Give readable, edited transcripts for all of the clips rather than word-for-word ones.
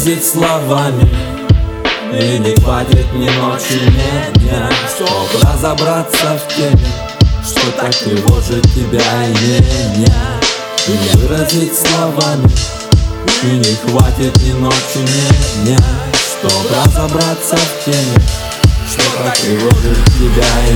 выразить словами, и не хватит ни ночи, ни дня, чтоб разобраться в теме, что так тревожит тебя и меня. И не выразить словами, и не хватит ни ночи, ни дня, чтоб разобраться в теме, что так тревожит тебя и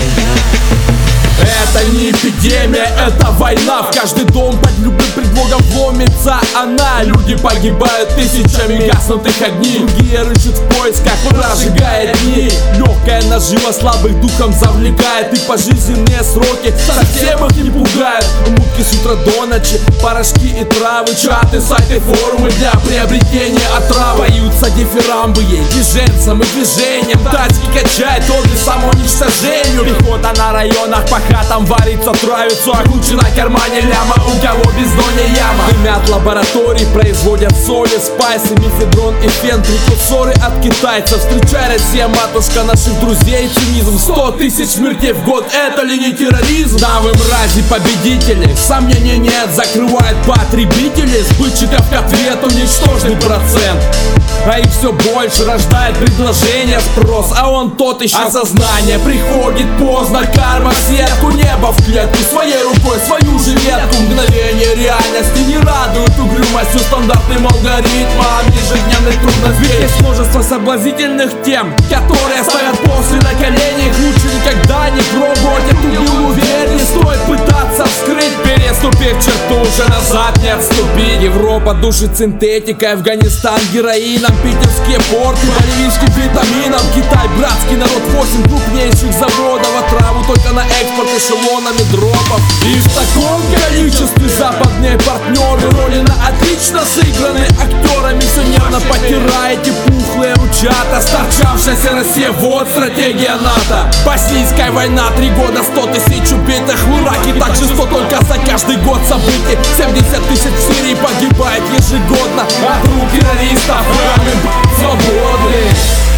меня. Это не эпидемия, это война. В каждый дом под любым предлогом вломится она. Люди погибают тысячами гаснутых огней, другие рыщут в поисках, прожигая дни. Легкая нажива слабых духом завлекает, и пожизненные сроки совсем их не пугают. Мутки с утра до ночи, порошки и травы, чаты, сайты, форумы для приобретения отравы. Поются дифирамбы ей, движенцам и движением. Тачки качает орды самоуничтожению. Пехота на районах по хатам варится, травится, окручена в кармане ляма, у кого бездонья яма. Дымят лаборатории, производят соли, спайсы, мефедрон и фен, прекурсоры от китайцев. Встречай, Россия, матушка наших друзей, цинизм. 100 тысяч смертей в год, это ли не терроризм? Да вы мрази победители, сомнений нет, закрывает потребителей. Сбытчиков к ответу ничтожный процент, а их все больше рождает предложение, спрос, а он тот еще. Осознание приходит поздно, карма в сетку, небо в клетку, своей рукой свою жилетку. Мгновение реальности не радует угрюмостью стандартным алгоритмом ежедневных трудностей. Ведь есть множество соблазнительных тем, которые ставят после на колени. Их лучше никогда не пробовать эту белую дверь. Не стоит пытаться вскрыть, переступив черту, уже назад не отступить. Европа душит синтетикой, Афганистан героином, питерские порты боливийским витамином. Китай, братский народ, 8 крупнейших заводов, отраву только на экспорт эшелонами дропов. И в таком количестве западные партнеры, роли на отлично сыграны актерами. Все нервно потираете пухлые ручата. Сторчавшаяся Россия, вот стратегия НАТО. Боснийская война, 3 года, 100 тысяч убитых в Ираке. Так же 100 только за каждый год событий. 70 тысяч в Сирии погибает ежегодно от рук террористов. Свободы.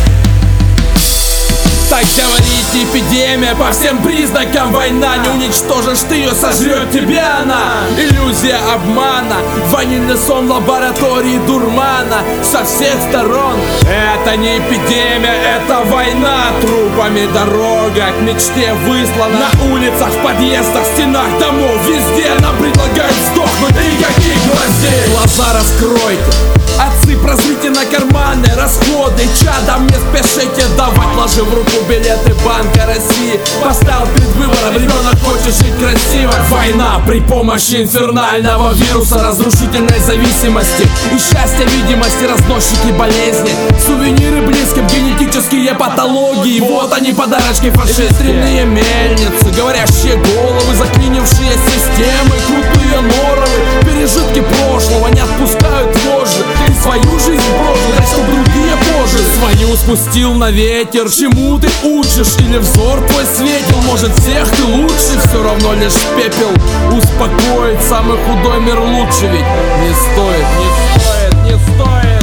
Так говорит эпидемия, по всем признакам война. Не уничтожишь ты ее, сожрет тебя она. Иллюзия обмана, ванильный сон лаборатории дурмана со всех сторон. Это не эпидемия, это война. Трупами дорога к мечте выслана. На улицах, в подъездах, стенах домов, везде нам предлагают сдохнуть. Никаких гвоздей. Глаза раскройте, отцы, прозрите на карманы расходы. Чадом не спешите давать, ложи в руку билеты Банка России. Поставил перед выбором, ребенок хочет жить красиво. Война при помощи инфернального вируса, разрушительной зависимости и счастья видимости, разносчики болезни. Сувениры близким, генетические патологии. Вот они, подарочки фашистские мельницы, говорящие головы, заклинившие системы, крутые норовы. Пережитки прошлого не отпускают вожжи. Ты свою жизнь прожил, дай, чтоб другие прожили. Свою спустил на ветер. Чему ты учишь? Или взор твой светил? Может, всех ты лучше? Все равно лишь пепел успокоит. Самый худой мир лучше, ведь не стоит, не стоит, не стоит.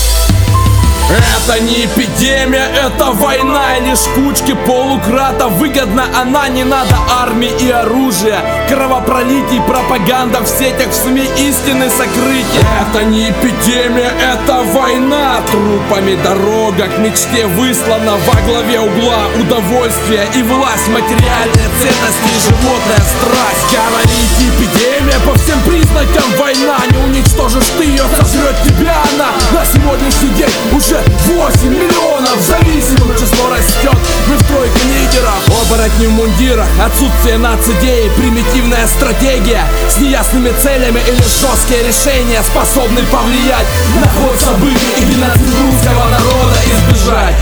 Это не эпидемия, это война. И лишь кучки полукратов выгодна она. Не надо армии и оружия, кровопролитий, пропаганда в сетях, в СМИ истины сокрытия. Это не эпидемия, это война. Трупами дорога к мечте выслана. Во главе угла удовольствие и власть, материальные ценности и животная страсть. Говорит эпидемия, по всем признакам война. Не уничтожишь ты ее, сожрет тебя она. На сегодняшний день уже 8 миллионов зависимых, число растет. Мы в тройке лидеров. Оборотни в мундирах, отсутствие нацидеи, примитивная стратегия с неясными целями или жесткие решения способны повлиять на ход событий и геноцид русского народа избежать.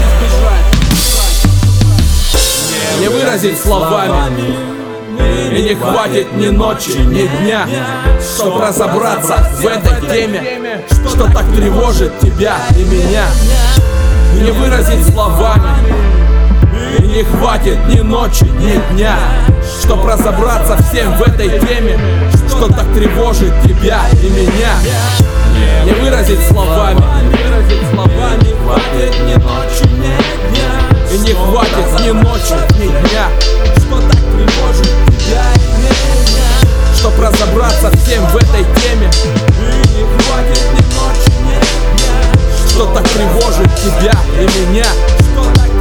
Не выразить словами, и не хватит ни ночи, ни дня, чтоб разобраться в этой теме, что так тревожит тебя и меня. Не выразить словами, и не хватит ни ночи, ни дня, чтоб разобраться всем в этой теме, что так тревожит тебя и меня. Не выразить словами, не хватит ни ночи, ни дня, и не хватит ни ночи, ни дня, что так тревожит тебя и меня. Чтоб разобраться всем в этой теме, и не хватит ни ночи, ни дня, так тревожит тебя и меня? Что так